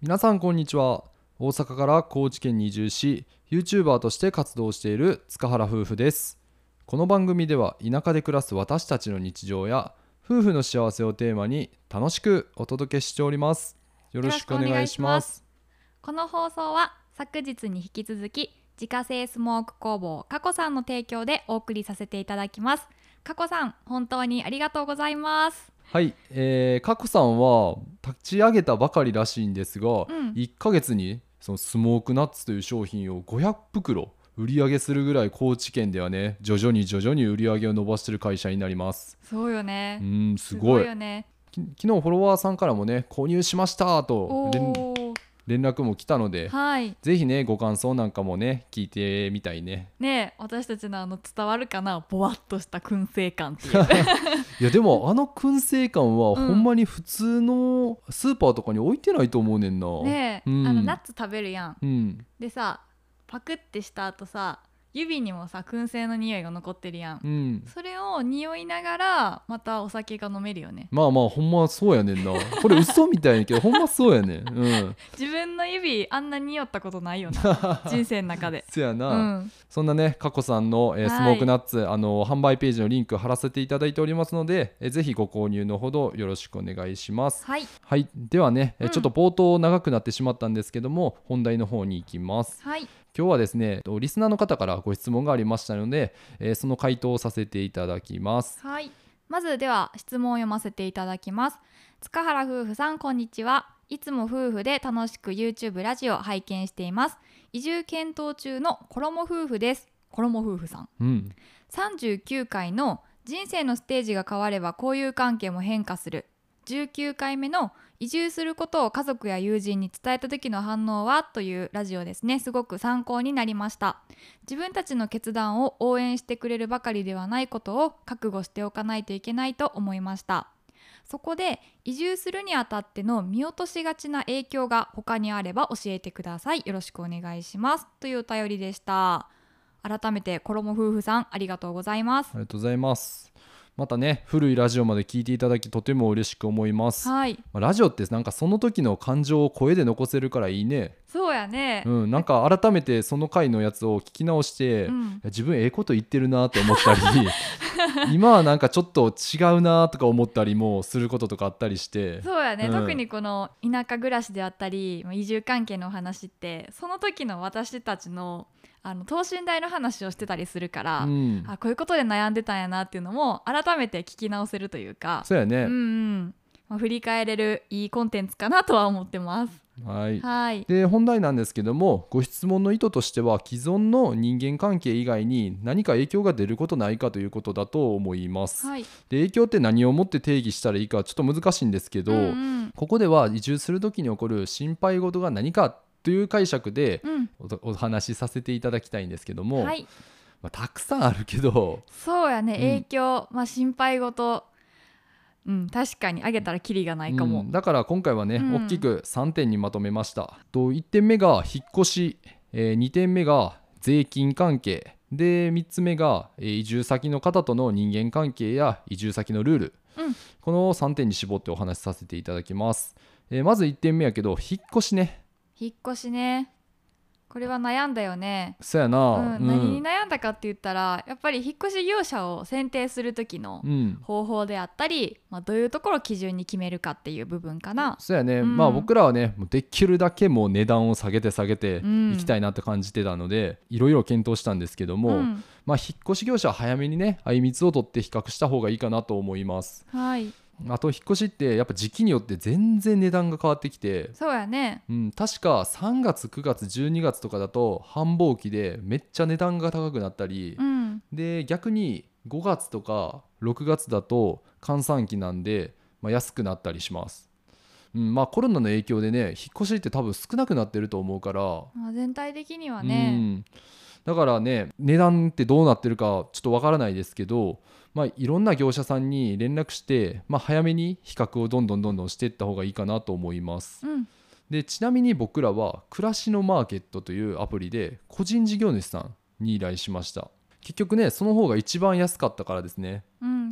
皆さんこんにちは。大阪から高知県に移住し YouTuber として活動している塚原夫婦です。この番組では田舎で暮らす私たちの日常や夫婦の幸せをテーマに楽しくお届けしております。よろしくお願いします。 この放送は昨日に引き続き自家製スモーク工房かこさんの提供でお送りさせていただきます。かこさん、本当にありがとうございます。 はい、かこさんは立ち上げたばかりらしいんですが、1ヶ月にそのスモークナッツという商品を500袋売り上げするぐらい高知県ではね、徐々に売り上げを伸ばしている会社になります。 そうよね。 すごい。 よね。 昨日フォロワーさんからもね、購入しましたと連絡も来たので、 はい、 ぜひねご感想なんかもね聞いてみたいね。 ね、私たちの伝わるかな、ぼわっとした燻製感っていういやでも燻製感はほんまに普通のスーパーとかに置いてないと思うねんな。 ね、ナッツ食べるやん、 でさ、パクってした後さ、指にもさ燻製の匂いが残ってるやん、それを匂いながらまたお酒が飲めるよね。 まあほんまそうやねんな。これ嘘みたいやけどほんまそうやねん。 自分の指あんな匂ったことないよな人生の中で。 そうやな、そんなねかこさんの、スモークナッツ、販売ページのリンク貼らせていただいておりますので、ぜひご購入のほどよろしくお願いします。 はい、 はい、ではね、ちょっと冒頭長くなってしまったんですけども本題の方に行きます。 はい、 今日はですねリスナーの方からご質問がありましたので、その回答をさせていただきます。 はい、まずでは質問を読ませていただきます。塚原夫婦さん、こんにちは。いつも夫婦で楽しく YouTube ラジオ拝見しています。移住検討中の衣夫婦です。衣夫婦さん、39回の人生のステージが変われば交友関係も変化する、19回目の移住することを家族や友人に伝えた時の反応はというラジオですね、すごく参考になりました。自分たちの決断を応援してくれるばかりではないことを覚悟しておかないといけないと思いました。そこで移住するにあたっての見落としがちな影響が他にあれば教えてください。よろしくお願いしますというお便りでした。改めて衣夫婦さん、ありがとうございます。 ありがとうございます。またね古いラジオまで聞いていただきとても嬉しく思います。 はい、 ラジオってなんかその時の感情を声で残せるからいいね。 そうやね、 なんか改めてその回のやつを聞き直して、自分ええこと言ってるなって思ったり今はなんかちょっと違うなとか思ったりもすることとかあったりして。 そうやね、特にこの田舎暮らしであったり移住関係のお話ってその時の私たちの等身大の話をしてたりするから、こういうことで悩んでたんやなっていうのも改めて聞き直せるというか、 そうやね、 振り返れるいいコンテンツかなとは思ってます。 はい、で本題なんですけども、ご質問の意図としては既存の人間関係以外に何か影響が出ることないかということだと思います。で影響って何をもって定義したらいいかちょっと難しいんですけど、ここでは移住する時に起こる心配事が何かという解釈でお話しさせていただきたいんですけども、たくさんあるけど、 そうやね、影響、心配事、確かに挙げたらキリがないかも。 だから今回はね、大きく3点にまとめました。1点目が引っ越し、2点目が税金関係で、3つ目が移住先の方との人間関係や移住先のルール、この3点に絞ってお話しさせていただきます。まず1点目やけど引っ越しね。 これは悩んだよね。 そうやな、 何に悩んだかって言ったら、やっぱり引っ越し業者を選定する時の方法であったり、どういうところを基準に決めるかっていう部分かな。 そうやね、僕らはねもうできるだけもう値段を下げていきたいなって感じてたので、いろいろ検討したんですけども、引っ越し業者は早めにねあいみつを取って比較した方がいいかなと思います。あと引っ越しってやっぱ時期によって全然値段が変わってきて、 そうやね、 確か3月9月12月とかだと繁忙期でめっちゃ値段が高くなったり、で逆に5月とか6月だと閑散期なんで、安くなったりします。コロナの影響でね引っ越しって多分少なくなってると思うから、 全体的にはね、 だからね値段ってどうなってるかちょっとわからないですけど、いろんな業者さんに連絡して、早めに比較をどんどんしていった方がいいかなと思います。でちなみに僕らは暮らしのマーケットというアプリで個人事業主さんに依頼しました。結局ねその方が一番安かったからですね。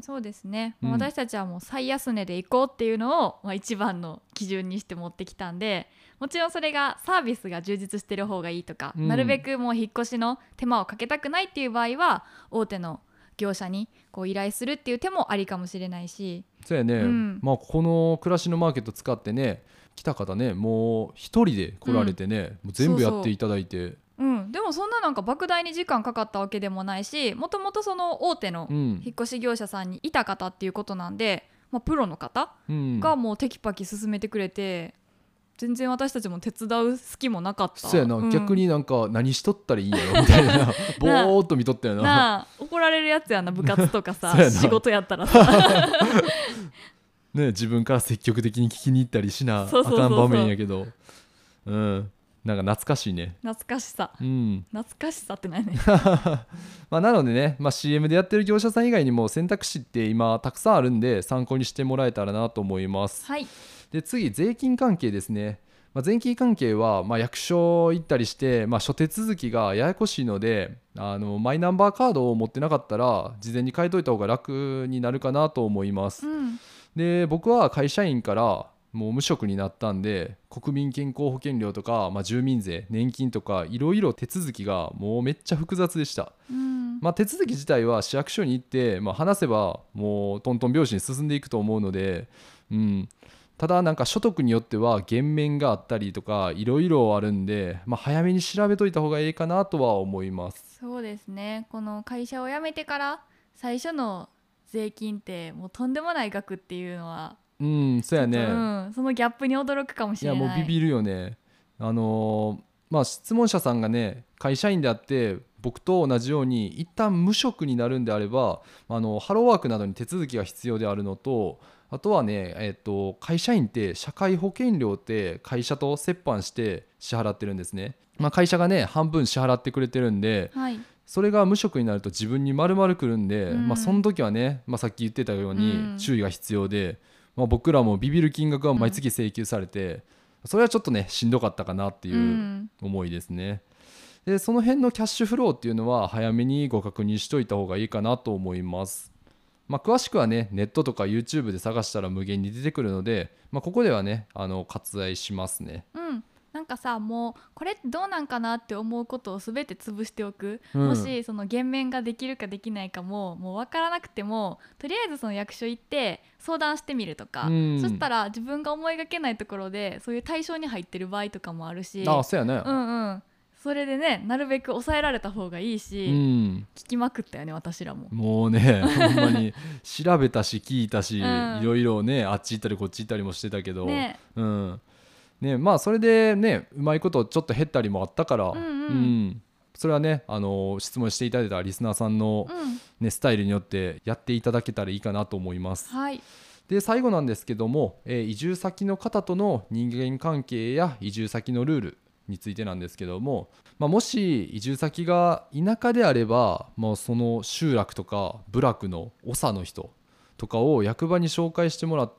そうですね、私たちはもう最安値で行こうっていうのを、一番の基準にして持ってきたんで、もちろんそれがサービスが充実してる方がいいとか、なるべくもう引っ越しの手間をかけたくないっていう場合は大手の業者にこう依頼するっていう手もありかもしれないし。 そうやね、この暮らしのマーケット使ってね、来た方ね、もう一人で来られてね、もう全部やっていただいて、 でもそんななんか莫大に時間かかったわけでもないし、もともとその大手の引っ越し業者さんにいた方っていうことなんで、プロの方がもうテキパキ進めてくれて、全然私たちも手伝う隙もなかった。 そうやな、逆になんか何しとったらいいんやろみたいなぼーっと見とったよな。 怒られるやつやな、部活とかさ仕事やったらさね、自分から積極的に聞きに行ったりしなあかん場面やけど、なんか懐かしいね。 懐かしさ、懐かしさって何ねなのでね、CM でやってる業者さん以外にも選択肢って今たくさんあるんで、参考にしてもらえたらなと思います。で次、税金関係ですね。税金関係は、役所行ったりして、諸手続きがややこしいので、マイナンバーカードを持ってなかったら事前に変えといた方が楽になるかなと思います。で僕は会社員からもう無職になったんで、国民健康保険料とか、住民税、年金とかいろいろ手続きがもうめっちゃ複雑でした。手続き自体は市役所に行って、話せばもうトントン拍子に進んでいくと思うので、ただなんか所得によっては減免があったりとかいろいろあるんで、早めに調べといた方がいいかなとは思います。 そうですね、この会社を辞めてから最初の税金ってもうとんでもない額っていうのは、 そうやね、 そのギャップに驚くかもしれない。 いやもうビビるよね。質問者さんがね会社員であって僕と同じように一旦無職になるんであれば、ハローワークなどに手続きが必要であるのと、あとはね、会社員って社会保険料って会社と折半して支払ってるんですね。会社がね半分支払ってくれてるんで、それが無職になると自分に丸々くるんで、その時はね、さっき言ってたように注意が必要で、僕らもビビる金額が毎月請求されて、それはちょっとねしんどかったかなっていう思いですね。でその辺のキャッシュフローっていうのは早めにご確認しといた方がいいかなと思います。詳しくはねネットとか YouTube で探したら無限に出てくるので、ここではね割愛しますね。 なんかさ、もうこれどうなんかなって思うことを全て潰しておく、もしその減免ができるかできないかもう分からなくても、とりあえずその役所行って相談してみるとか、そしたら自分が思いがけないところでそういう対象に入ってる場合とかもあるし、 そうやね、 それでねなるべく抑えられた方がいいし、聞きまくったよね私らも。 もうねほんまに調べたし聞いたし、いろいろねあっち行ったりこっち行ったりもしてたけど、それでねうまいことちょっと減ったりもあったから、それはね質問していただいたリスナーさんの、スタイルによってやっていただけたらいいかなと思います。で最後なんですけども、移住先の方との人間関係や移住先のルールについてなんですけども、もし移住先が田舎であれば、その集落とか部落の長の人とかを役場に紹介してもらって、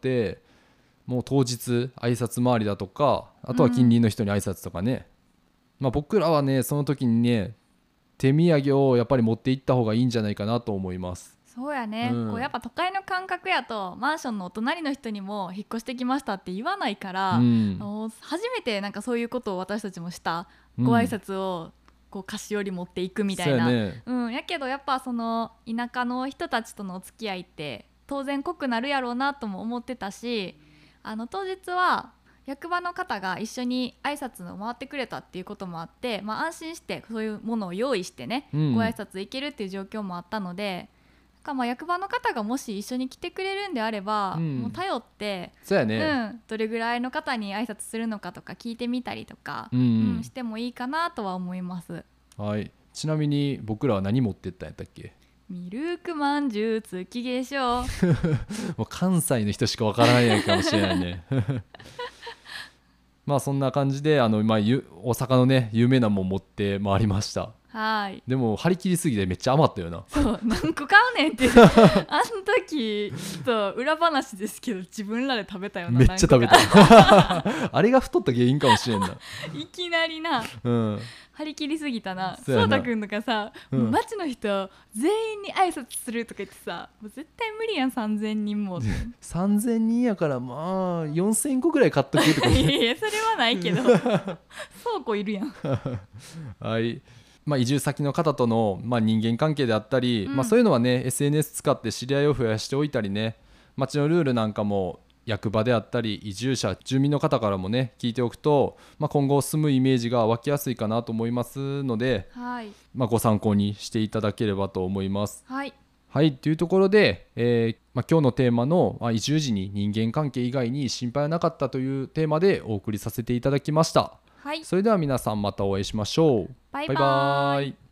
もう当日挨拶回りだとか、あとは近隣の人に挨拶とかね、僕らはねその時にね手土産をやっぱり持って行った方がいいんじゃないかなと思います。 そうやね、こうやっぱ都会の感覚やとマンションのお隣の人にも引っ越してきましたって言わないから、初めてなんかそういうことを私たちもした、ご挨拶をこう菓子折り持っていくみたいな、やけどやっぱその田舎の人たちとのお付き合いって当然濃くなるやろうなとも思ってたし、当日は役場の方が一緒に挨拶を回ってくれたっていうこともあって、安心してそういうものを用意してね、ご挨拶行けるっていう状況もあったので、役場の方がもし一緒に来てくれるんであれば、もう頼って、 そうやね、 どれぐらいの方に挨拶するのかとか聞いてみたりとか、してもいいかなとは思います。 ちなみに僕らは何持ってったんやったっけ？ ミルクまんじゅう月化粧もう関西の人しかわからないかもしれないねそんな感じで大阪のね有名なもん持って回りました。 はい。 でも張り切りすぎてめっちゃ余ったよな。 そう何個買うねんってあの時ちょっと裏話ですけど自分らで食べたよな。 めっちゃ食べたあれが太った原因かもしれんな。 いきなりな、 うん、 張り切りすぎたな。 そうやなそうたくんとかさ、もう街の人全員に挨拶するとか言ってさ、もう絶対無理やん3000人も 3000人やからまあ4000個ぐらい買っとくとかいやいやそれはないけど倉庫いるやんはい。移住先の方との、人間関係であったり、そういうのはね SNS 使って知り合いを増やしておいたりね、街のルールなんかも役場であったり移住者住民の方からもね聞いておくと、今後住むイメージが湧きやすいかなと思いますので、 はい、 ご参考にしていただければと思います。 はい、 はい、というところで、今日のテーマの、移住時に人間関係以外に心配はなかったというテーマでお送りさせていただきました。 はい、 それでは皆さんまたお会いしましょう。 バイバイ。 バイバイ。